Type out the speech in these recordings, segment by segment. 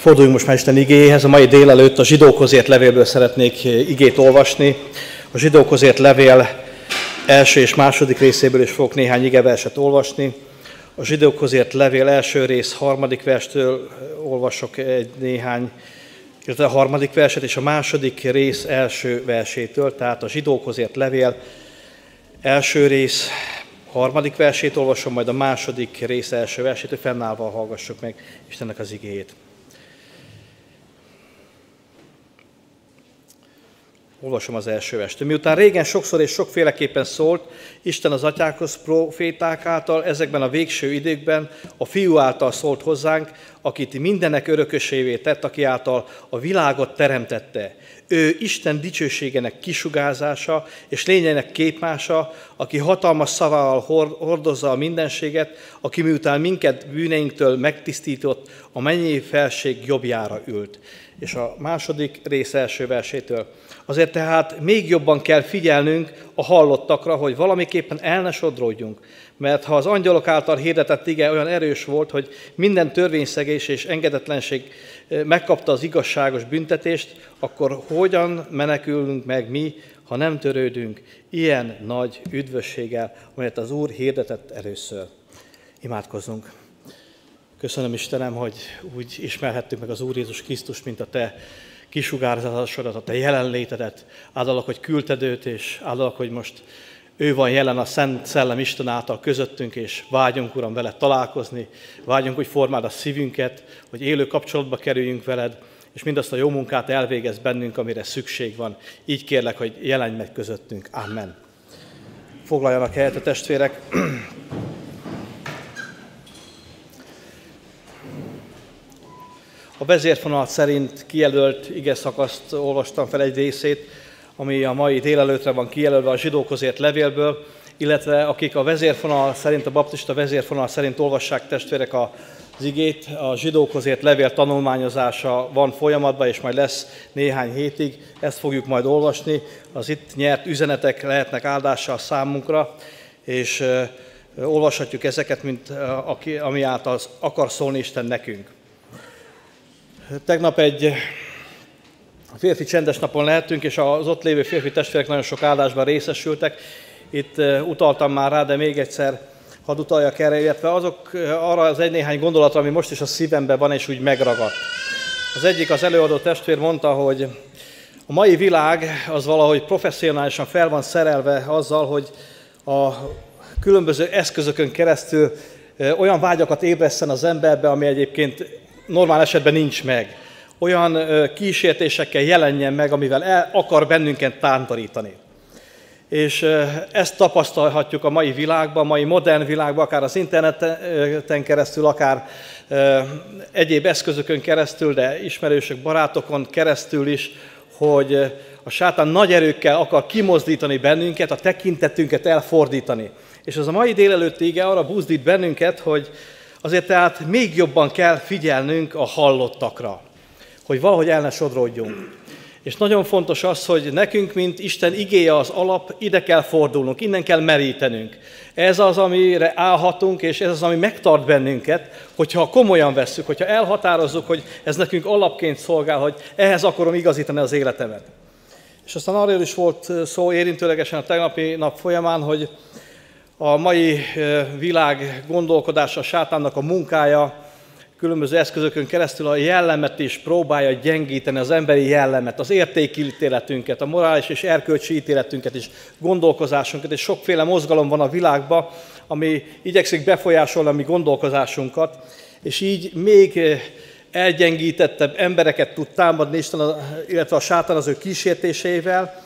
Forduljunk most már Isten igéjéhez. A mai délelőtt a Zsidókhoz írt levélből szeretnék igét olvasni. A Zsidókhoz írt levél első és második részéből is fogok néhány igeverset olvasni. A Zsidókhoz írt levél első rész harmadik verstől olvasok néhány, illetve a harmadik verset, és a második rész első versétől, tehát a Zsidókhoz írt levél első rész harmadik versét olvasom, majd a második rész első versétől, fennállva hallgassuk meg Istennek az igéjét. Olvasom az első verstől. Miután régen sokszor és sokféleképpen szólt Isten az atyákhoz proféták által, ezekben a végső időkben a Fiú által szólt hozzánk, akit mindenek örökösévé tett, aki által a világot teremtette. Ő Isten dicsőségének kisugárzása és lényeinek képmása, aki hatalmas szavával hordozza a mindenséget, aki miután minket bűneinktől megtisztított, a mennyei felség jobbjára ült. És a második rész első versétől. Azért tehát még jobban kell figyelnünk a hallottakra, hogy valamiképpen el ne sodródjunk. Mert ha az angyalok által hirdetett ige olyan erős volt, hogy minden törvényszegés és engedetlenség megkapta az igazságos büntetést, akkor hogyan menekülünk meg mi, ha nem törődünk ilyen nagy üdvösséggel, amelyet az Úr hirdetett először. Imádkozzunk! Köszönöm, Istenem, hogy úgy ismerhettük meg az Úr Jézus Krisztust, mint a Te kisugárzásodat, a Te jelenlétedet. Áldalak, hogy küldted őt, és áldalak, hogy most ő van jelen a Szent Szellem Isten által közöttünk, és vágyunk, Uram, veled találkozni. Vágyunk, hogy formáld a szívünket, hogy élő kapcsolatba kerüljünk veled, és mindazt a jó munkát elvégez bennünk, amire szükség van. Így kérlek, hogy jelenj meg közöttünk. Amen. Foglaljanak helyet a testvérek. A vezérfonal szerint kijelölt igeszakaszt olvastam fel egy részét, ami a mai délelőtre van kijelölve a Zsidókhoz írt levélből, illetve akik a vezérfonal szerint, a baptista vezérfonal szerint olvassák testvérek az igét, a Zsidókhoz írt levél tanulmányozása van folyamatban, és majd lesz néhány hétig, ezt fogjuk majd olvasni. Az itt nyert üzenetek lehetnek áldással számunkra, és olvashatjuk ezeket, mint ami által akar szólni Isten nekünk. Tegnap egy férfi csendes napon lehetünk, és az ott lévő férfi testvérek nagyon sok áldásban részesültek. Itt utaltam már rá, de még egyszer hadd utaljak erre, illetve arra az egy-néhány gondolatra, ami most is a szívemben van, és úgy megragadt. Az egyik, az előadó testvér mondta, hogy a mai világ az valahogy professzionálisan fel van szerelve azzal, hogy a különböző eszközökön keresztül olyan vágyakat ébresszen az emberbe, ami egyébként normál esetben nincs meg. Olyan kísértésekkel jelenjen meg, amivel el akar bennünket tántorítani. És ezt tapasztalhatjuk a mai világban, a mai modern világban, akár az interneten keresztül, akár egyéb eszközökön keresztül, de ismerősök, barátokon keresztül is, hogy a sátán nagy erőkkel akar kimozdítani bennünket, a tekintetünket elfordítani. És az a mai délelőtti ige arra buzdít bennünket, hogy azért tehát még jobban kell figyelnünk a hallottakra, hogy valahogy el ne sodródjunk. És nagyon fontos az, hogy nekünk, mint Isten igéje az alap, ide kell fordulnunk, innen kell merítenünk. Ez az, amire állhatunk, és ez az, ami megtart bennünket, hogyha komolyan vesszük, hogyha elhatározzuk, hogy ez nekünk alapként szolgál, hogy ehhez akarom igazítani az életemet. És aztán arról is volt szó érintőlegesen a tegnapi nap folyamán, hogy a mai világ gondolkodása, a sátánnak a munkája különböző eszközökön keresztül a jellemet is próbálja gyengíteni, az emberi jellemet, az értékítéletünket, a morális és erkölcsi ítéletünket is, gondolkozásunkat, és sokféle mozgalom van a világban, ami igyekszik befolyásolni a mi gondolkozásunkat, és így még elgyengítettebb embereket tud támadni Isten, illetve a sátán az ő kísértéseivel,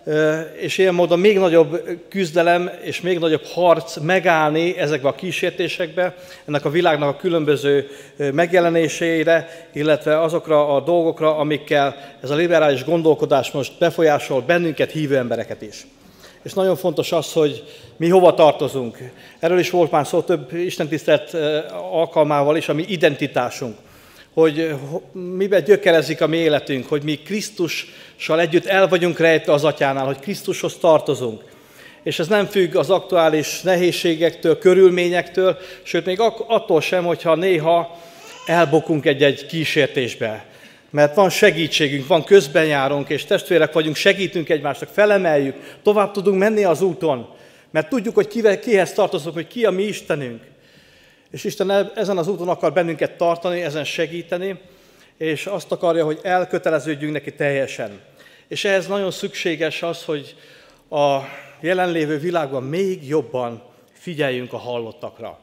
és ilyen módon még nagyobb küzdelem és még nagyobb harc megállni ezekbe a kísértésekbe, ennek a világnak a különböző megjelenéseire, illetve azokra a dolgokra, amikkel ez a liberális gondolkodás most befolyásol bennünket, hívő embereket is. És nagyon fontos az, hogy mi hova tartozunk. Erről is volt már szó több istentisztelet alkalmával is, a mi identitásunk. Hogy miben gyökerezik a mi életünk, hogy mi Krisztussal együtt el vagyunk rejtve az Atyánál, hogy Krisztushoz tartozunk. És ez nem függ az aktuális nehézségektől, körülményektől, sőt még attól sem, hogyha néha elbokunk egy-egy kísértésbe. Mert van segítségünk, van közbenjárunk, és testvérek vagyunk, segítünk egymásnak, felemeljük, tovább tudunk menni az úton. Mert tudjuk, hogy kihez tartozunk, hogy ki a mi Istenünk. És Isten ezen az úton akar bennünket tartani, ezen segíteni, és azt akarja, hogy elköteleződjünk neki teljesen. És ehhez nagyon szükséges az, hogy a jelenlévő világban még jobban figyeljünk a hallottakra.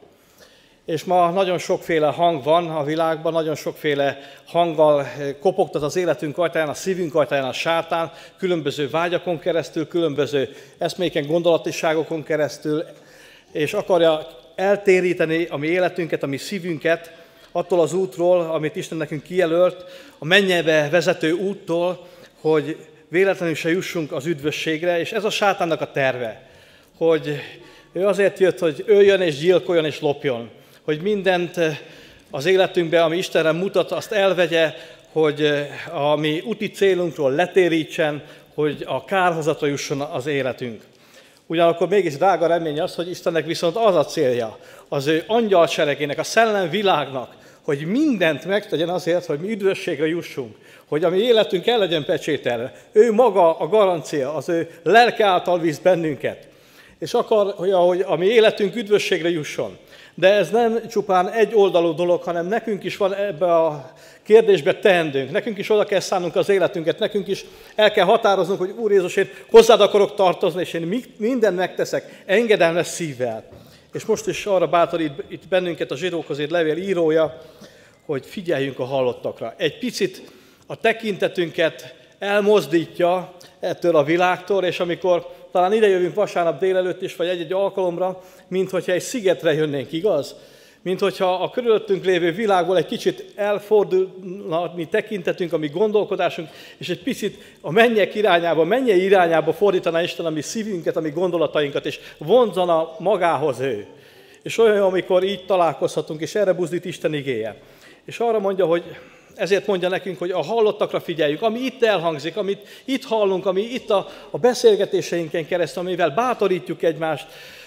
És ma nagyon sokféle hang van a világban, nagyon sokféle hanggal kopogtat az életünk ajtaján, a szívünk ajtaján a sátán, különböző vágyakon keresztül, különböző eszméken, gondolatiságokon keresztül, és akarja eltéríteni a mi életünket, a mi szívünket attól az útról, amit Isten nekünk kijelölt, a mennybe vezető úttól, hogy véletlenül se jussunk az üdvösségre, és ez a sátánnak a terve, hogy ő azért jött, hogy öljön és gyilkoljon és lopjon, hogy mindent az életünkben, ami Istenre mutat, azt elvegye, hogy a mi úti célunkról letérítsen, hogy a kárhozatra jusson az életünk. Ugyanakkor mégis drága remény az, hogy Istennek viszont az a célja, az ő angyalseregének, a szellemvilágnak, hogy mindent megtegyen azért, hogy mi üdvösségre jussunk, hogy a mi életünk el legyen pecsételve. Ő maga a garancia, az ő lelke által visz bennünket. És akarja, hogy a mi életünk üdvösségre jusson. De ez nem csupán egy oldalú dolog, hanem nekünk is van ebbe a kérdésbe teendőnk. Nekünk is oda kell szánnunk az életünket, nekünk is el kell határoznunk, hogy Úr Jézus, én hozzád akarok tartozni, és én mindent megteszek engedelmes szívvel. És most is arra bátorít itt bennünket a Zsidókhoz írt levél írója, hogy figyeljünk a hallottakra. Egy picit a tekintetünket elmozdítja ettől a világtól, és amikor talán ide jövünk vasárnap délelőtt is, vagy egy-egy alkalomra, mint hogyha egy szigetre jönnénk, igaz? Mint hogyha a körülöttünk lévő világból egy kicsit elfordulna a mi tekintetünk, a mi gondolkodásunk, és egy picit a mennyei irányába fordítaná Isten a mi szívünket, a mi gondolatainkat, és vonzana magához ő. És olyan, amikor így találkozhatunk, és erre buzdít Isten igéje. És arra mondja, hogy ezért mondja nekünk, hogy a hallottakra figyeljük, ami itt elhangzik, amit itt hallunk, ami itt a beszélgetéseinken keresztül, amivel bátorítjuk egymást,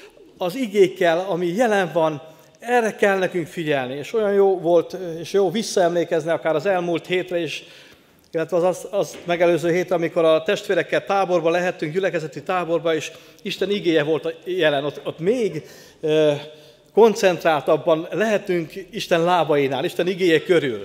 az igékkel, ami jelen van, erre kell nekünk figyelni. És olyan jó volt, és jó visszaemlékezni akár az elmúlt hétre is, illetve az megelőző hétre, amikor a testvérekkel táborba lehettünk, gyülekezeti táborba, és Isten igéje volt jelen. Ott még koncentráltabban lehetünk Isten lábainál, Isten igéje körül.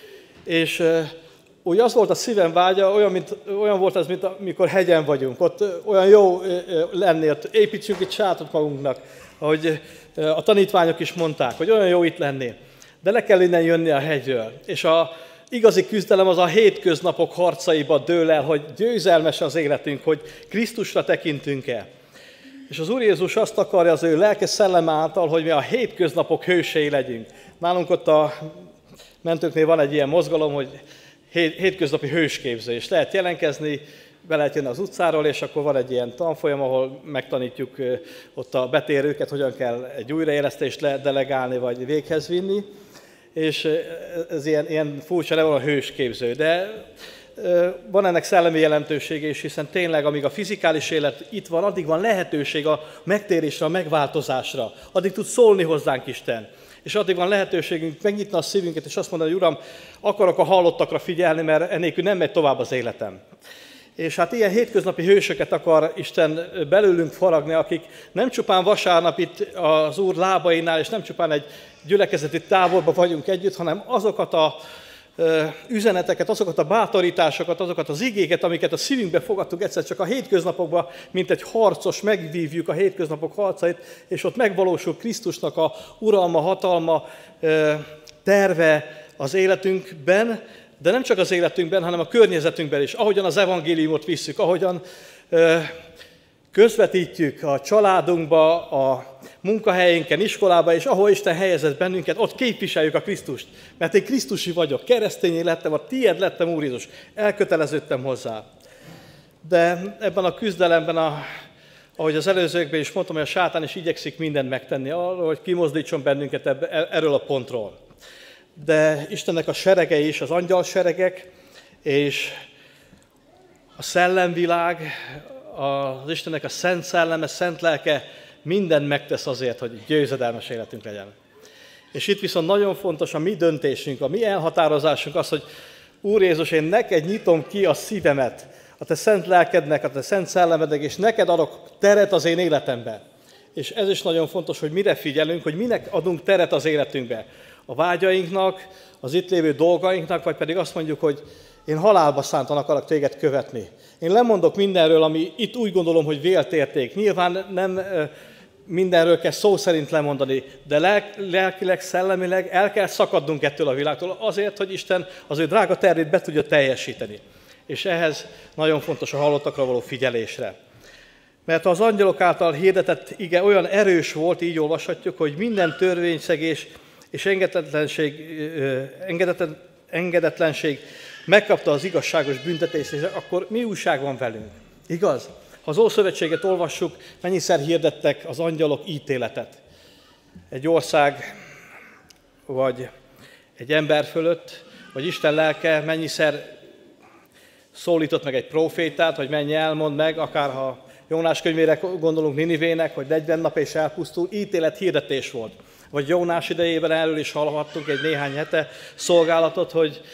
És úgy az volt a szívem vágya, olyan volt ez, mint amikor hegyen vagyunk. Ott olyan jó lenni, ott építsünk itt sátrat magunknak, ahogy a tanítványok is mondták, hogy olyan jó itt lenni. De le kell innen jönni a hegyről. És a igazi küzdelem az a hétköznapok harcaiba dől el, hogy győzelmes az életünk, hogy Krisztusra tekintünk el. És az Úr Jézus azt akarja az ő lelke szelleme által, hogy mi a hétköznapok hősei legyünk. Nálunk ott a mentőknél van egy ilyen mozgalom, hogy hétköznapi hősképzés. Lehet jelentkezni, be lehet jönni az utcáról, és akkor van egy ilyen tanfolyam, ahol megtanítjuk ott a betérőket, hogyan kell egy újraélesztést delegálni, vagy véghez vinni. És ez ilyen furcsa, de van a hősképző. De van ennek szellemi jelentősége is, hiszen tényleg, amíg a fizikális élet itt van, addig van lehetőség a megtérésre, a megváltozásra. Addig tud szólni hozzánk Isten. És addig van lehetőségünk megnyitni a szívünket, és azt mondani, hogy Uram, akarok a hallottakra figyelni, mert ennélkül nem megy tovább az életem. És hát ilyen hétköznapi hősöket akar Isten belőlünk faragni, akik nem csupán vasárnap itt az Úr lábainál, és nem csupán egy gyülekezeti táborban vagyunk együtt, hanem azokat a üzeneteket, azokat a bátorításokat, azokat az igéket, amiket a szívünkbe fogadtunk egyszer csak a hétköznapokban, mint egy harcos, megvívjuk a hétköznapok harcait, és ott megvalósul Krisztusnak a uralma, hatalma, terve az életünkben, de nem csak az életünkben, hanem a környezetünkben is. Ahogyan az evangéliumot visszük, ahogyan közvetítjük a családunkba, a munkahelyénken, iskolába, és ahol Isten helyezett bennünket, ott képviseljük a Krisztust. Mert én krisztusi vagyok, keresztényé lettem, a tiéd lettem, Úr Jézus, elköteleződtem hozzá. De ebben a küzdelemben, ahogy az előzőkben is mondtam, hogy a sátán is igyekszik mindent megtenni arról, hogy kimozdítson bennünket erről a pontról. De Istennek a seregei is, az angyal seregek, és a szellemvilág, az Istennek a szent szelleme, szent lelke mindent megtesz azért, hogy győzedelmes életünk legyen. És itt viszont nagyon fontos a mi döntésünk, a mi elhatározásunk az, hogy Úr Jézus, én neked nyitom ki a szívemet, a te szent lelkednek, a te szent szellemednek, és neked adok teret az én életembe. És ez is nagyon fontos, hogy mire figyelünk, hogy minek adunk teret az életünkbe. A vágyainknak, az itt lévő dolgainknak, vagy pedig azt mondjuk, hogy én halálba szántan akarok téged követni. Én lemondok mindenről, ami itt úgy gondolom, hogy vélt érték. Nyilván nem mindenről kell szó szerint lemondani, de lelkileg, szellemileg el kell szakadnunk ettől a világtól azért, hogy Isten az ő drága tervét be tudja teljesíteni. És ehhez nagyon fontos a halottakra való figyelésre. Mert az angyalok által hirdetett ige olyan erős volt, így olvashatjuk, hogy minden törvényszegés és engedetlenség megkapta az igazságos büntetést, és akkor mi újság van velünk? Igaz? Ha az Ószövetséget olvassuk, mennyiszer hirdettek az angyalok ítéletet. Egy ország, vagy egy ember fölött, vagy Isten lelke mennyiszer szólított meg egy prófétát, hogy menj elmond meg, akár ha Jónás könyvére gondolunk, Ninivének, hogy 40 nap és elpusztul, ítélet hirdetés volt. Vagy Jónás idejében erről is hallhattunk egy néhány hete szolgálatot,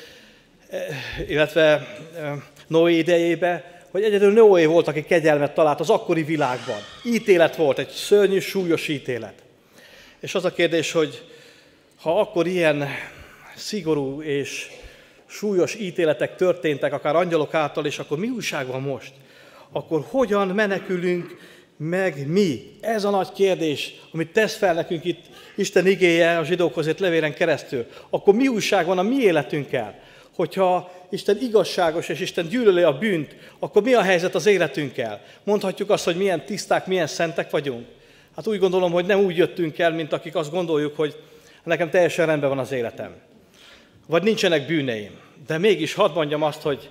illetve Noé idejében, hogy egyedül Noé volt, aki kegyelmet talált az akkori világban. Ítélet volt, egy szörnyű, súlyos ítélet. És az a kérdés, hogy ha akkor ilyen szigorú és súlyos ítéletek történtek, akár angyalok által, és akkor mi újság van most? Akkor hogyan menekülünk meg mi? Ez a nagy kérdés, amit tesz fel nekünk itt Isten igéje a zsidókhoz írt levélen keresztül. Akkor mi újság van a mi életünkkel? Hogyha Isten igazságos és Isten gyűlöli a bűnt, akkor mi a helyzet az életünkkel? Mondhatjuk azt, hogy milyen tiszták, milyen szentek vagyunk? Hát úgy gondolom, hogy nem úgy jöttünk el, mint akik azt gondoljuk, hogy nekem teljesen rendben van az életem. Vagy nincsenek bűneim. De mégis hadd mondjam azt, hogy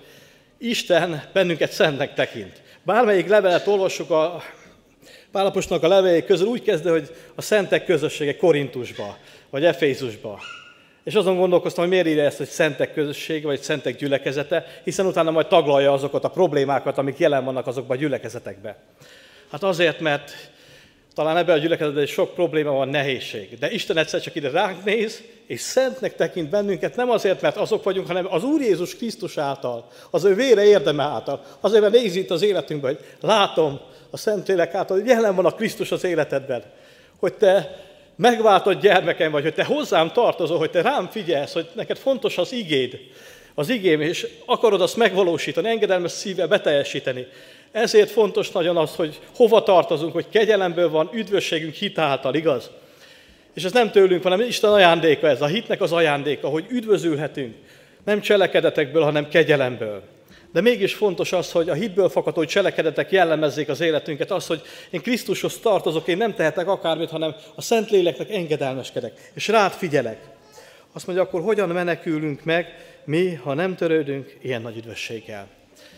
Isten bennünket szentnek tekint. Bármelyik levelet olvassuk a Pál apostolnak a levelei közül, úgy kezdő, hogy a szentek közössége Korintusba, vagy Efézusba. És azon gondolkoztam, hogy miért írja ezt, hogy szentek közössége, vagy szentek gyülekezete, hiszen utána majd taglalja azokat a problémákat, amik jelen vannak azokban a gyülekezetekben. Hát azért, mert talán ebben a gyülekezetben is sok probléma van, nehézség. De Isten egyszer csak ide ránk néz, és szentnek tekint bennünket, nem azért, mert azok vagyunk, hanem az Úr Jézus Krisztus által, az ő vére érdeme által. Azért, mert néz itt az életünkben, hogy látom a Szentlélek által, hogy jelen van a Krisztus az életedben. Hogy te megváltott gyermekem vagy, hogy te hozzám tartozol, hogy te rám figyelsz, hogy neked fontos az igéd, az igém, és akarod azt megvalósítani, engedelmes szívvel beteljesíteni. Ezért fontos nagyon az, hogy hova tartozunk, hogy kegyelemből van üdvösségünk hit által, igaz? És ez nem tőlünk van, hanem Isten ajándéka ez, a hitnek az ajándéka, hogy üdvözülhetünk, nem cselekedetekből, hanem kegyelemből. De mégis fontos az, hogy a hitből fakadó cselekedetek jellemezzék az életünket, az, hogy én Krisztushoz tartozok, én nem tehetek akármit, hanem a Szentléleknek engedelmeskedek, és rád figyelek. Azt mondja, akkor hogyan menekülünk meg mi, ha nem törődünk ilyen nagy üdvösséggel?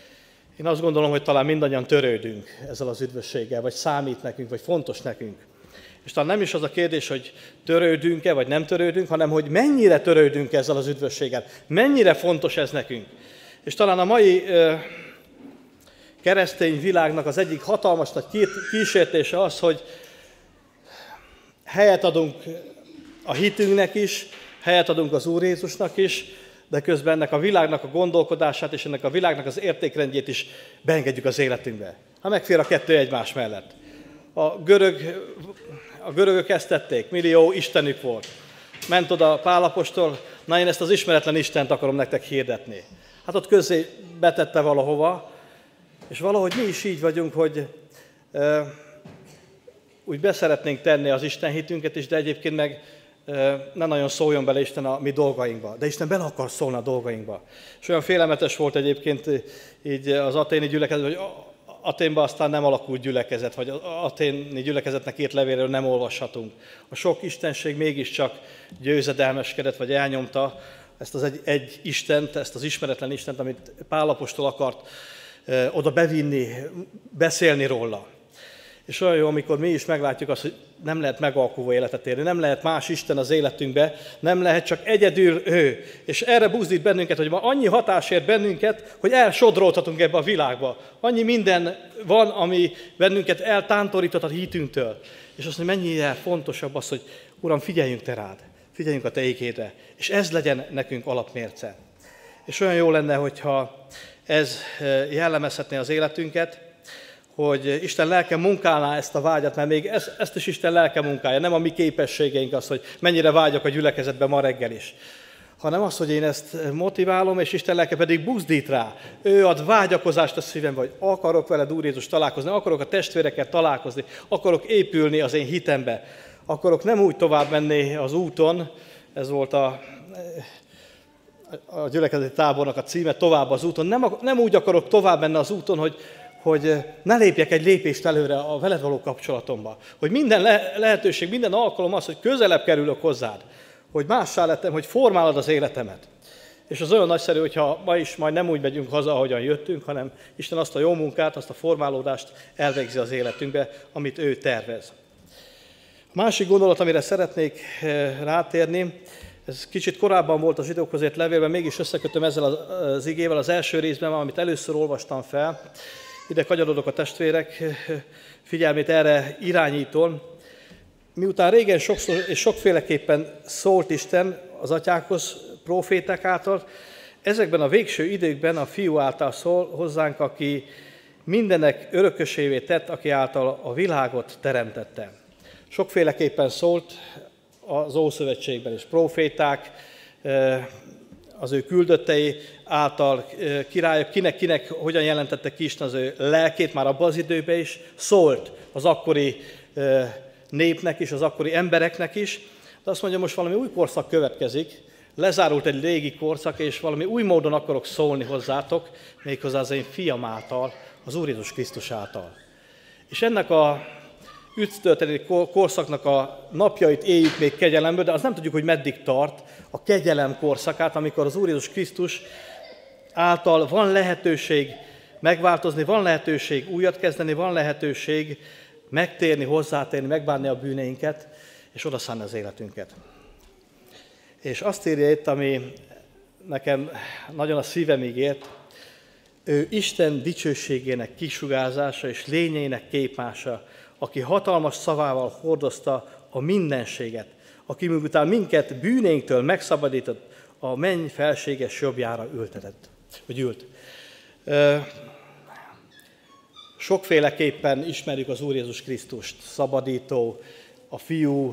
Én azt gondolom, hogy talán mindannyian törődünk ezzel az üdvösséggel, vagy számít nekünk, vagy fontos nekünk. És talán nem is az a kérdés, hogy törődünk-e, vagy nem törődünk, hanem hogy mennyire törődünk ezzel az üdvösséggel, mennyire fontos ez nekünk. És talán a mai keresztény világnak az egyik hatalmas nagy kísértése az, hogy helyet adunk a hitünknek is, helyet adunk az Úr Jézusnak is, de közben ennek a világnak a gondolkodását és ennek a világnak az értékrendjét is beengedjük az életünkbe. Ha megfér a kettő egymás mellett. A görögök ezt tették, millió istenük volt. Ment oda Pál apostol, na én ezt az ismeretlen Istent akarom nektek hirdetni. Hát ott közé betette valahova, és valahogy mi is így vagyunk, hogy úgy beszeretnénk tenni az Isten hitünket is, de egyébként meg ne nagyon szóljon bele Isten a mi dolgainkba. De Isten bele akar szólni a dolgainkba. És olyan félelmetes volt egyébként így az aténi gyülekezet, hogy Aténban aztán nem alakult gyülekezet, vagy az aténi gyülekezetnek írt levéről nem olvashatunk. A sok istenség mégiscsak győzedelmeskedett, vagy elnyomta ezt az egy Istent, ezt az ismeretlen Istent, amit Pál apostol akart oda bevinni, beszélni róla. És olyan jó, amikor mi is meglátjuk azt, hogy nem lehet megalkuló életet élni, nem lehet más Isten az életünkbe, nem lehet csak egyedül ő. És erre buzdít bennünket, hogy ma annyi hatás ér bennünket, hogy elsodródhatunk ebbe a világba. Annyi minden van, ami bennünket eltántorított a hitünktől. És azt mondja, mennyire fontosabb az, hogy Uram, figyeljünk te rád. figyeljünk a Te igédre, és ez legyen nekünk alapmérce. És olyan jó lenne, hogyha ez jellemezhetné az életünket, hogy Isten lelke munkálná ezt a vágyat, mert még ezt is Isten lelke munkálja, nem a mi képességeink az, hogy mennyire vágyok a gyülekezetbe ma reggel is, hanem az, hogy én ezt motiválom, és Isten lelke pedig buzdít rá. Ő ad vágyakozást a szívembe, hogy akarok veled, Úr Jézus, találkozni, akarok a testvérekkel találkozni, akarok épülni az én hitembe, akarok nem úgy tovább menni az úton, ez volt a gyülekezeti tábornak a címe, tovább az úton, nem úgy akarok tovább menni az úton, hogy ne lépjek egy lépést előre a veled való kapcsolatomba. Hogy minden lehetőség, minden alkalom az, hogy közelebb kerülök hozzád. Hogy mássá lettem, hogy formálod az életemet. És az olyan nagyszerű, hogyha ma is majd nem úgy megyünk haza, ahogyan jöttünk, hanem Isten azt a jó munkát, azt a formálódást elvégzi az életünkbe, amit ő tervez. A másik gondolat, amire szeretnék rátérni, ez kicsit korábban volt a zsidókhoz írt levélben, mégis összekötöm ezzel az igével, az első részben, amit először olvastam fel. Ide kanyarodok a testvérek figyelmét erre irányítom. Miután régen sokszor és sokféleképpen szólt Isten az atyákhoz, próféták által, ezekben a végső időkben a Fiú által szól hozzánk, aki mindenek örökösévé tett, aki által a világot teremtette. Sokféleképpen szólt az Ószövetségben is próféták, az ő küldöttei által királyok, kinek hogyan jelentette ki Isten az ő lelkét, már abban az időben is szólt az akkori népnek is, az akkori embereknek is, de azt mondja, most valami új korszak következik, lezárult egy régi korszak, és valami új módon akarok szólni hozzátok, méghozzá az én fiam által, az Úr Jézus Krisztus által. És ennek a üdvtörténeti korszaknak a napjait éljük még kegyelemből, de azt nem tudjuk, hogy meddig tart a kegyelem korszakát, amikor az Úr Jézus Krisztus által van lehetőség megváltozni, van lehetőség újat kezdeni, van lehetőség megtérni, hozzátérni, megbánni a bűneinket, és odaszánni az életünket. És azt írja itt, ami nekem nagyon a szívemig ért, ő Isten dicsőségének kisugárzása és lényének képmása, aki hatalmas szavával hordozta a mindenséget, aki miután minket bűnénktől megszabadított, a menny felséges jobbjára ült. Sokféleképpen ismerjük az Úr Jézus Krisztust, szabadító, a Fiú,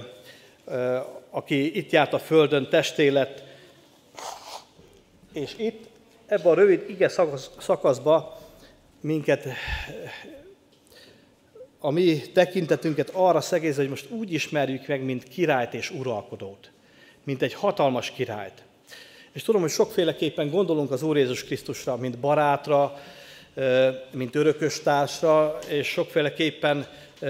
aki itt járt a földön, testé lett, és itt, ebben a rövid ige szakaszban minket, a mi tekintetünket arra szegéz, hogy most úgy ismerjük meg, mint királyt és uralkodót, mint egy hatalmas királyt. És tudom, hogy sokféleképpen gondolunk az Úr Jézus Krisztusra, mint barátra, mint örököstársra, és sokféleképpen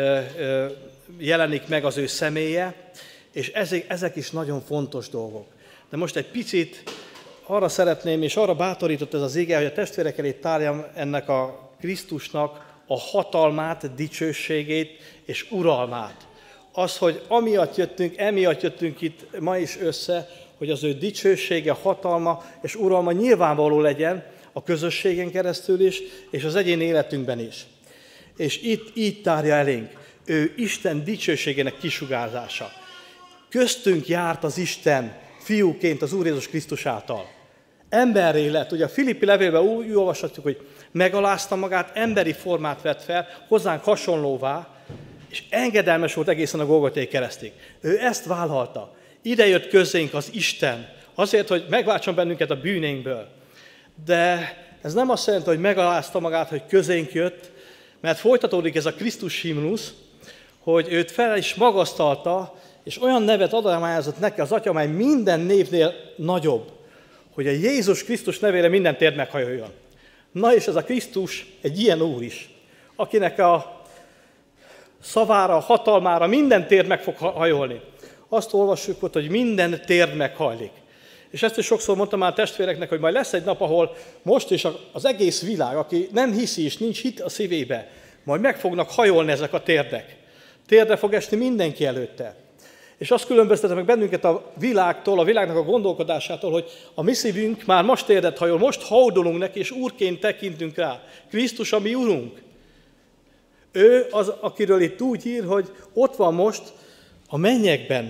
jelenik meg az ő személye, és ezek is nagyon fontos dolgok. De most egy picit arra szeretném, és arra bátorított ez az ige, hogy a testvérek elé tárjam ennek a Krisztusnak a hatalmát, dicsőségét és uralmát. Az, hogy emiatt jöttünk itt ma is össze, hogy az ő dicsősége, hatalma és uralma nyilvánvaló legyen a közösségen keresztül is, és az egyéni életünkben is. És itt így tárja elénk, ő Isten dicsőségének kisugárzása. Köztünk járt az Isten fiúként az Úr Jézus Krisztus által. Emberré lett, ugye a Filippi levélben úgy olvashatjuk, hogy megalázta magát, emberi formát vett fel, hozzánk hasonlóvá, és engedelmes volt egészen a Golgothai keresztig. Ő ezt vállalta. Ide jött közénk az Isten, azért, hogy megváltson bennünket a bűnénkből. De ez nem azt jelenti, hogy megalázta magát, hogy közénk jött, mert folytatódik ez a Krisztus himnusz, hogy őt fel is magasztalta, és olyan nevet adományozott neki az Atya, amely minden névnél nagyobb, hogy a Jézus Krisztus nevére minden térd meghajoljon. Na és ez a Krisztus egy ilyen Úr is, akinek a szavára, a hatalmára minden térd meg fog hajolni. Azt olvassuk ott, hogy minden térd meghajlik. És ezt is sokszor mondtam már a testvéreknek, hogy majd lesz egy nap, ahol most is az egész világ, aki nem hiszi és nincs hit a szívébe, majd meg fognak hajolni ezek a térdek. Térdre fog esni mindenki előtte. És azt különböztetem meg bennünket a világtól, a világnak a gondolkodásától, hogy a mi szívünk már most térdet hajol, most haudolunk neki, és Úrként tekintünk rá. Krisztus a mi Urunk. Ő az, akiről itt úgy ír, hogy ott van most a mennyekben,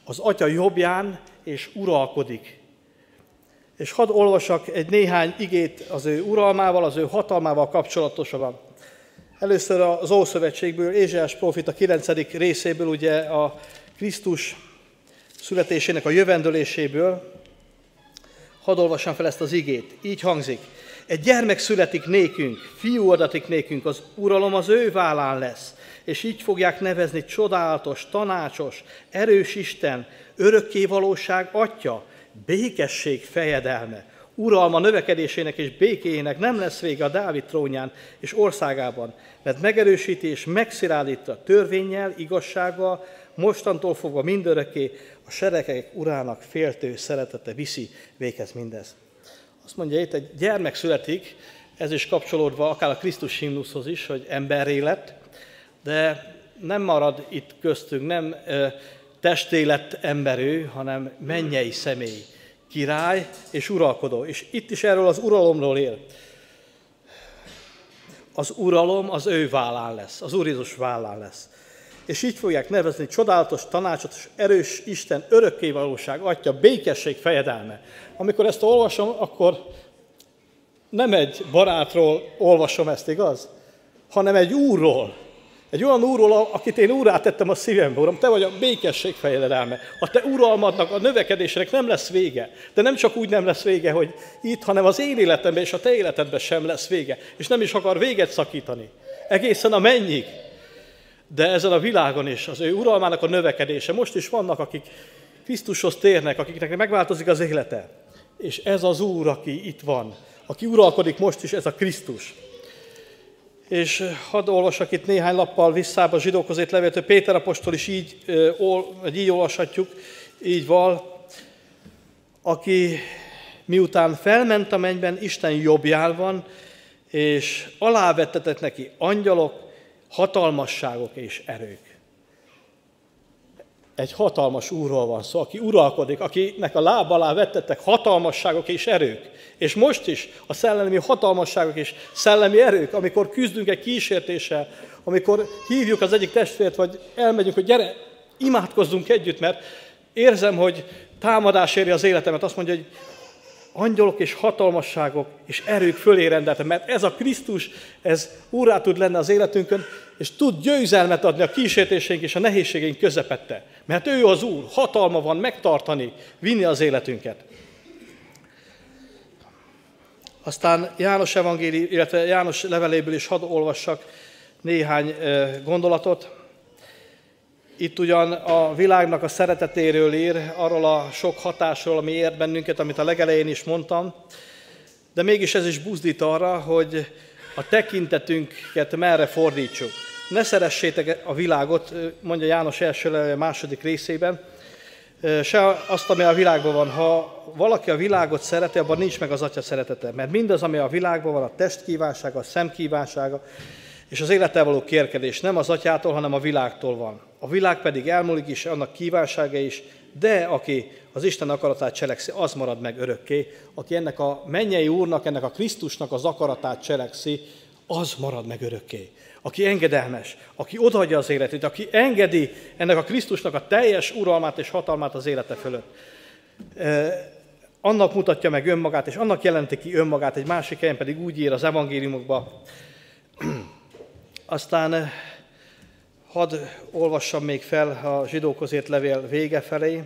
az Atya jobbján, és uralkodik. És hadd olvassak egy néhány igét az ő uralmával, az ő hatalmával kapcsolatosan. Először az Ószövetségből, Ézsaiás próféta 9. részéből, ugye a Krisztus születésének a jövendőléséből. Hadd olvassam fel ezt az igét. Így hangzik. Egy gyermek születik nékünk, fiú adatik nékünk, az uralom az ő vállán lesz, és így fogják nevezni csodálatos, tanácsos, erős Isten, örökkévalóság atya, békesség fejedelme. Uralma növekedésének és békéjének nem lesz vége a Dávid trónján és országában, mert megerősíti és megszilárdítja törvénnyel, igazsággal, mostantól fogva mindörökké a seregek urának féltő szeretete viszi véghez mindez. Azt mondja itt, egy gyermek születik, ez is kapcsolódva akár a Krisztus himnuszhoz is, hogy emberré lett, de nem marad itt köztünk, nem testé lett ember ő, hanem mennyei személy, király és uralkodó. És itt is erről az uralomról él. Az uralom az ő vállán lesz, az Úr Jézus vállán lesz. És így fogják nevezni csodálatos, tanácsos, erős Isten, örökkévalóság atya, békesség fejedelme. Amikor ezt olvasom, akkor nem egy barátról olvasom ezt, igaz? Hanem egy úrról. Egy olyan úrról, akit én úrrá tettem a szívembe, Uram, te vagy a békesség fejedelme. A te uralmadnak, a növekedésnek nem lesz vége. De nem csak úgy nem lesz vége, hogy itt, hanem az én életemben és a te életedben sem lesz vége. És nem is akar véget szakítani. Egészen a mennyig. De ezen a világon is az ő uralmának a növekedése. Most is vannak, akik Krisztushoz térnek, akiknek megváltozik az élete. És ez az Úr, aki itt van, aki uralkodik most is, ez a Krisztus. És hadd olvassak itt néhány lappal visszább a Zsidókhoz írt levél, Péter apostol is így olvashatjuk, így val, aki miután felment a mennyben, Isten jobbján van, és alávettetett neki angyalok, hatalmasságok és erők. Egy hatalmas úrról van szó, aki uralkodik, akinek a láb alá vettettek hatalmasságok és erők. És most is a szellemi hatalmasságok és szellemi erők, amikor küzdünk egy kísértéssel, amikor hívjuk az egyik testvért, vagy elmegyünk, hogy gyere, imádkozzunk együtt, mert érzem, hogy támadás éri az életemet. Azt mondja, hogy angyalok és hatalmasságok és erők fölé rendeltem, mert ez a Krisztus, ez úrrá tud lenni az életünkön, és tud győzelmet adni a kísértéseink és a nehézségeink közepette. Mert ő az Úr, hatalma van megtartani, vinni az életünket. Aztán János evangélium, illetve János leveléből is hadd olvassak néhány gondolatot. Itt ugyan a világnak a szeretetéről ír, arról a sok hatásról, ami ért bennünket, amit a legelején is mondtam, de mégis ez is buzdít arra, hogy a tekintetünket merre fordítsuk. Ne szeressétek a világot, mondja János első levél második részében, se azt, ami a világban van. Ha valaki a világot szereti, abban nincs meg az Atya szeretete. Mert mindaz, ami a világban van, a test kívánsága, a szem kívánsága, és az élettel való kérkedés nem az Atyától, hanem a világtól van. A világ pedig elmúlik is, annak kívánsága is, de aki az Isten akaratát cselekszi, az marad meg örökké. Aki ennek a mennyei Úrnak, ennek a Krisztusnak az akaratát cselekszi, az marad meg örökké. Aki engedelmes, aki odaadja az életét, aki engedi ennek a Krisztusnak a teljes uralmát és hatalmát az élete fölött. Annak mutatja meg önmagát, és annak jelenti ki önmagát, egy másik helyen pedig úgy ír az evangéliumokba. Aztán hadd olvassam még fel a Zsidókhoz írt levél vége felé.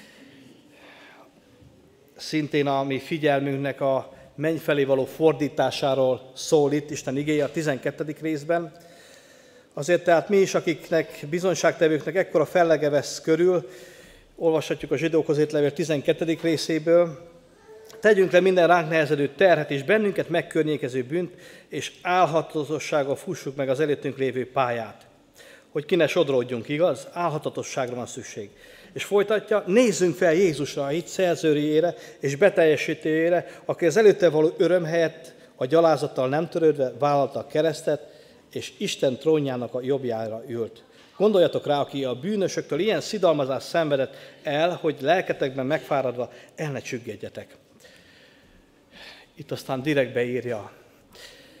Szintén a mi figyelmünknek a menny felé való fordításáról szól itt Isten igéje a 12. részben. Azért tehát mi is, akiknek bizonyságtevőknek ekkora fellege vesz körül, olvashatjuk a Zsidókhoz írt levél 12. részéből, tegyünk le minden ránk nehezedő terhet és bennünket megkörnyékező bűnt, és álhatatossággal fussuk meg az előttünk lévő pályát. Hogy ki ne sodródjunk, igaz? Álhatatosságra van szükség. És folytatja, nézzünk fel Jézusra, a hit szerzőjére és beteljesítőjére, aki az előtte való öröm helyett a gyalázattal nem törődve vállalta a keresztet, és Isten trónjának a jobbjára ült. Gondoljatok rá, aki a bűnösöktől ilyen szidalmazást szenvedett el, hogy lelketekben megfáradva el ne csüggedjetek. Itt aztán direkt beírja a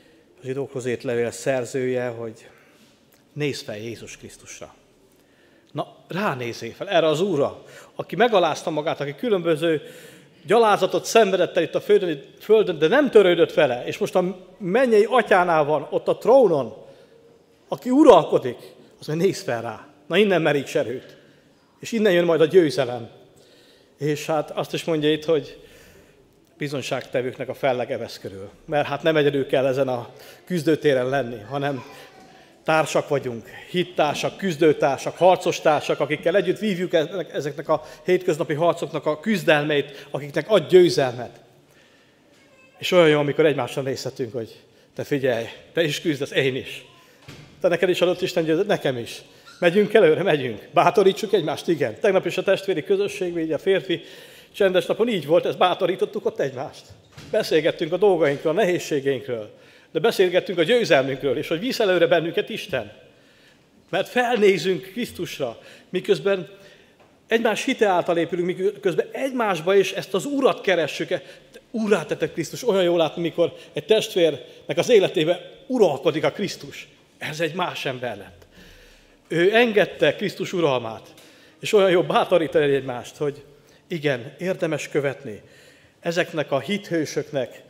Zsidókhoz írt levél szerzője, hogy nézz fel Jézus Krisztusra. Na, ránézzél fel erre az Úrra, aki megalázta magát, aki különböző gyalázatot szenvedett el itt a földön, de nem törődött vele, és most a mennyei atyánál van, ott a trónon, aki uralkodik, az meg nézz fel rá. Na, innen meríts erőt. És innen jön majd a győzelem. És hát azt is mondja itt, hogy bizonyságtevőknek a fellegevesz körül. Mert hát nem egyedül kell ezen a küzdőtéren lenni, hanem társak vagyunk, hittársak, küzdőtársak, harcostársak, akikkel együtt vívjuk ezeknek a hétköznapi harcoknak a küzdelmeit, akiknek ad győzelmet. És olyan jó, amikor egymásra nézhetünk, hogy te figyelj, te is küzdesz, én is. Te neked is adott Isten győzelmet, nekem is. Megyünk előre, megyünk. Bátorítsuk egymást, igen. Tegnap is a testvéri közösség, így a férfi csendes napon így volt, ezt bátorítottuk ott egymást. Beszélgettünk a dolgainkról, a nehézségeinkről, de beszélgettünk a győzelmünkről, és hogy visz előre bennünket Isten. Mert felnézünk Krisztusra, miközben egymás hite által épülünk, miközben egymásba is ezt az Urat keressük. Úrrá tette Krisztus, olyan jól látni, mikor egy testvérnek az életében uralkodik a Krisztus. Ez egy más ember lett. Ő engedte Krisztus uralmát, és olyan jó bátorítani egymást, hogy igen, érdemes követni. Ezeknek a hithősöknek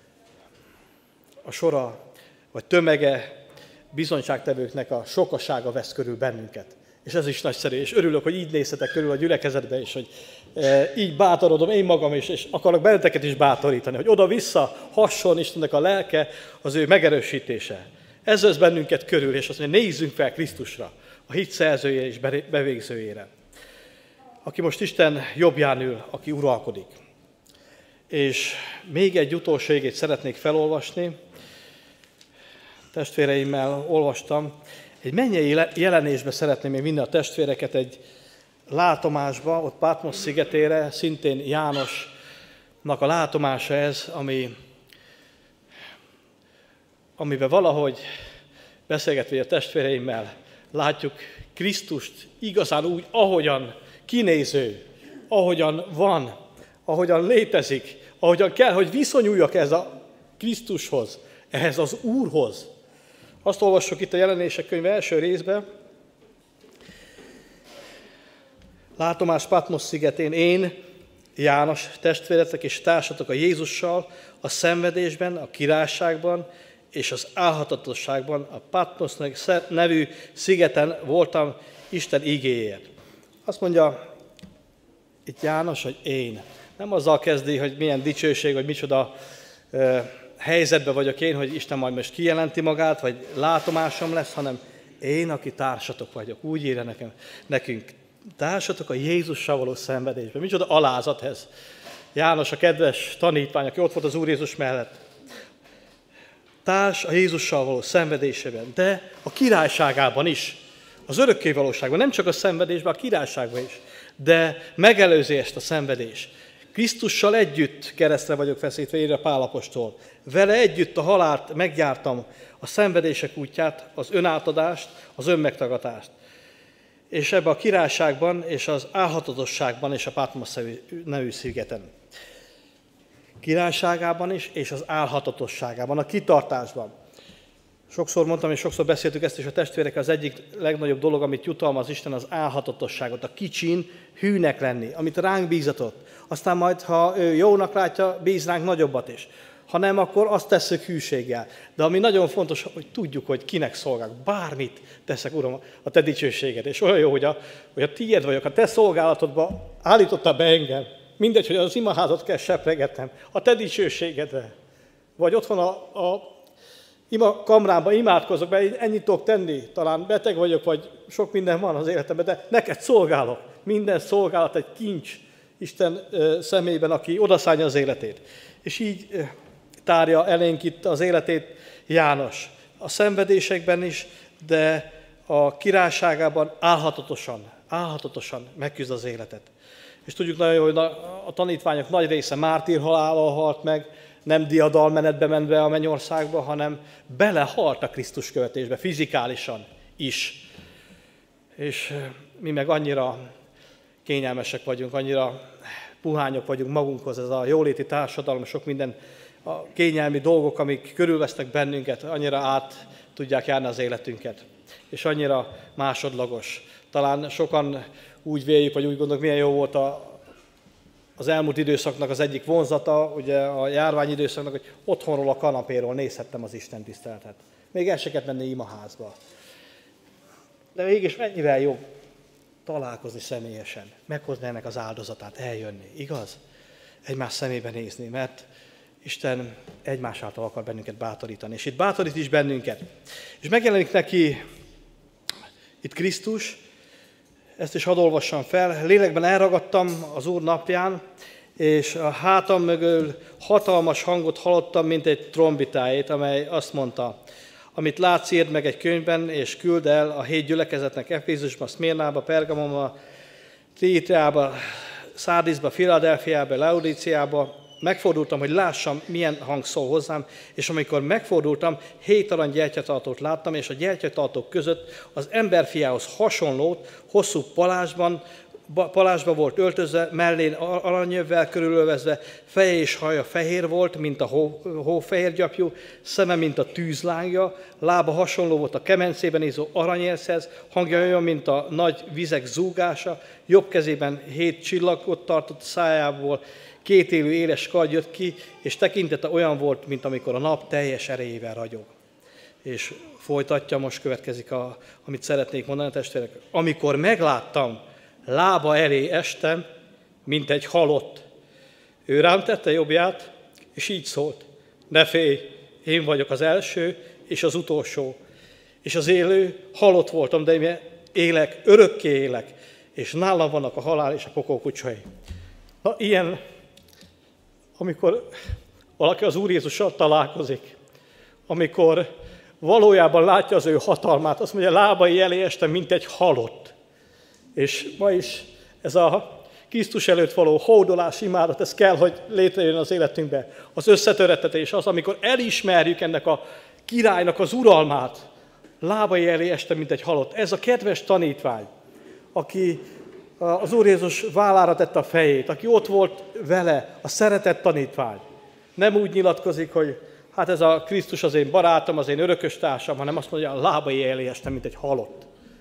a sora, vagy tömege, bizonyságtevőknek a sokasága vesz körül bennünket. És ez is nagyszerű, és örülök, hogy így nézhetek körül a gyülekezetbe is, hogy így bátorodom én magam is, és akarok benneteket is bátorítani, hogy oda-vissza hasson Istennek a lelke, az ő megerősítése. Ez vesz bennünket körül, és azt mondja, nézzünk fel Krisztusra, a hit szerzője és bevégzőjére, aki most Isten jobbján ül, aki uralkodik. És még egy utolsó igét szeretnék felolvasni. Testvéreimmel olvastam. Egy mennyei jelenésbe szeretném én vinni a testvéreket egy látomásba, ott Patmos szigetére, szintén Jánosnak a látomása ez, amiben valahogy beszélgetve a testvéreimmel látjuk Krisztust igazán úgy, ahogyan kinéző, ahogyan van, ahogyan létezik, ahogyan kell, hogy viszonyuljak ez a Krisztushoz, ehhez az Úrhoz. Azt olvassuk itt a Jelenések könyve első részben. Látomás Patmos szigetén, én, János, testvéretek és társatok a Jézussal, a szenvedésben, a királyságban és az álhatatosságban, a Patmos nevű szigeten voltam Isten igéért. Azt mondja itt János, hogy én. Nem azzal kezdi, hogy milyen dicsőség, vagy micsoda helyzetben vagyok én, hogy Isten majd most kijelenti magát, vagy látomásom lesz, hanem én, aki társatok vagyok. Úgy írja nekünk. Társatok a Jézussal való szenvedésben. Micsoda alázat ez. János, a kedves tanítvány, aki ott volt az Úr Jézus mellett. Társ a Jézussal való szenvedésében, de a királyságában is. Az örökké valóságban, nem csak a szenvedésben, a királyságban is. De megelőzi ezt a szenvedés. Krisztussal együtt keresztre vagyok feszítve, írja Pál apostol. Vele együtt a halált megjártam, a szenvedések útját, az önátadást, az önmegtagatást. És ebbe a királyságban és az álhatatosságban és a Patmos nevű szigeten. Királyságában is, és az álhatatosságában, a kitartásban. Sokszor mondtam, és sokszor beszéltük ezt is a testvérekkel, az egyik legnagyobb dolog, amit jutalmaz Isten, az álhatatosságot, a kicsin hűnek lenni, amit ránk bízatott. Aztán majd, ha ő jónak látja, bíz ránk nagyobbat is. Ha nem, akkor azt tesszük hűséggel. De ami nagyon fontos, hogy tudjuk, hogy kinek szolgálok. Bármit teszek, Uram, a te dicsőséged. És olyan jó, hogy a tiéd vagyok, a te szolgálatodba állítottál be engem. Mindegy, hogy az imaházat kell sepregetnem. A te dicsőségedre. Vagy otthon a ima kamrámban imádkozok, mert ennyit tudok tenni. Talán beteg vagyok, vagy sok minden van az életemben, de neked szolgálok. Minden szolgálat egy kincs Isten szemében, aki odaszánja az életét. És így tárja elénk itt az életét János. A szenvedésekben is, de a királyságában álhatatosan megküzd az életet. És tudjuk nagyon jó, hogy a tanítványok nagy része mártírhalállal halt meg, nem diadalmenetbe ment be a mennyországba, hanem belehalt a Krisztus követésbe, fizikálisan is. És mi meg annyira kényelmesek vagyunk, annyira puhányok vagyunk magunkhoz, ez a jóléti társadalom, sok minden, a kényelmi dolgok, amik körülvesznek bennünket, annyira át tudják járni az életünket. És annyira másodlagos. Talán sokan úgy véljük, vagy úgy gondoljuk, milyen jó volt az elmúlt időszaknak az egyik vonzata, ugye a járvány időszaknak, hogy otthonról a kanapéról nézhettem az Isten tiszteletet. Még el se kellett menni imaházba. De mégis mennyivel jobb találkozni személyesen, meghozni ennek az áldozatát, eljönni, igaz? Egymás szemébe nézni, mert Isten egymás által akar bennünket bátorítani, és itt bátorít is bennünket. És megjelenik neki itt Krisztus, ezt is hadd olvassam fel, lélekben elragadtam az Úr napján, és a hátam mögül hatalmas hangot hallottam, mint egy trombitáét, amely azt mondta, amit látsz, írd meg egy könyvben, és küld el a 7 gyülekezetnek, Efézusba, Szmérnába, Pergamonba, Triába, Szárdisba, Filadelfiába, Laudíciába. Megfordultam, hogy lássam, milyen hang szól hozzám, és amikor megfordultam, 7 arany gyertyatartót láttam, és a gyertyatartók között az emberfiához hasonlót, hosszú palásba volt öltözve, mellén aranyövvel körülölvezve, feje és haja fehér volt, mint a hófehér gyapjú, szeme, mint a tűzlángja, lába hasonló volt a kemencében néző aranyérszhez, hangja olyan, mint a nagy vizek zúgása, jobb kezében 7 csillagot tartott, szájából 2 élő éles kard jött ki, és tekintete olyan volt, mint amikor a nap teljes erejével ragyog. És folytatja, most következik, amit szeretnék mondani, testvérek. Amikor megláttam, lába elé estem, mint egy halott. Ő rám tette jobbját, és így szólt: ne félj, én vagyok az első és az utolsó. És az élő, halott voltam, de én élek, örökké élek, és nálam vannak a halál és a pokol kucsai. Na, ilyen, amikor valaki az Úr Jézussal találkozik, amikor valójában látja az ő hatalmát, azt mondja, lábai elé estem, mint egy halott. És ma is ez a Krisztus előtt való hódolás, imádat, ez kell, hogy létrejön az életünkben. Az összetörettetés az, amikor elismerjük ennek a királynak az uralmát, lábai elé estem, mint egy halott. Ez a kedves tanítvány, aki az Úr Jézus vállára tette a fejét, aki ott volt vele, a szeretett tanítvány. Nem úgy nyilatkozik, hogy hát ez a Krisztus az én barátom, az én örökös társam, hanem azt mondja, a lábai elé estem, mint egy halott.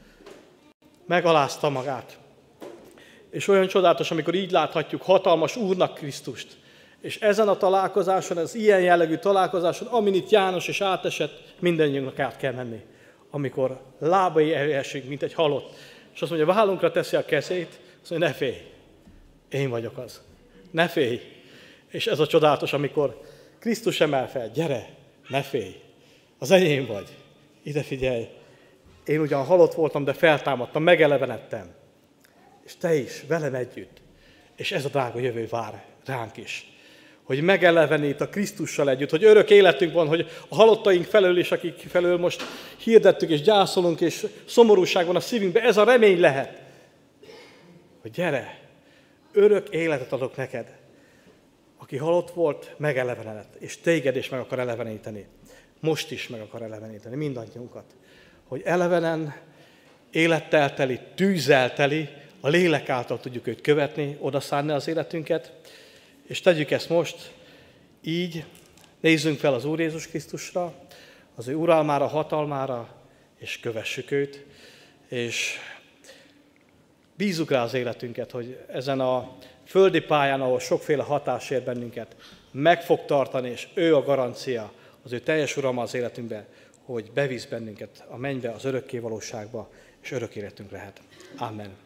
Megalázta magát. És olyan csodálatos, amikor így láthatjuk hatalmas Úrnak Krisztust. És ezen a találkozáson, ez ilyen jellegű találkozáson, amin itt János is átesett, mindannyiunknak át kell menni. Amikor lábai elé esünk, mint egy halott. És azt mondja, vállunkra teszi a kezét, azt mondja, ne félj, én vagyok az. Ne félj. És ez a csodálatos, amikor Krisztus emel fel, gyere, ne félj, az enyém vagy. Ide figyelj, én ugyan halott voltam, de feltámadtam, megelevenedtem. És te is, velem együtt. És ez a drága jövő vár ránk is. Hogy megelevenít a Krisztussal együtt, hogy örök életünk van, hogy a halottaink felől is, akik felől most hirdettük és gyászolunk, és szomorúság van a szívünkben, ez a remény lehet. Hogy gyere, örök életet adok neked. Aki halott volt, megelevenedett, és téged is meg akar eleveníteni. Most is meg akar eleveníteni, mindannyiunkat. Hogy elevenen, élettel teli, tűzzel teli, a lélek által tudjuk őt követni, odaszánni az életünket, és tegyük ezt most így, nézzünk fel az Úr Jézus Krisztusra, az ő uralmára, hatalmára, és kövessük őt, és bízzuk rá az életünket, hogy ezen a földi pályán, ahol sokféle hatás ér bennünket, meg fog tartani, és ő a garancia, az ő teljes uralma az életünkben, hogy bevisz bennünket a mennybe, az örökké valóságba, és örök életünk lehet. Amen.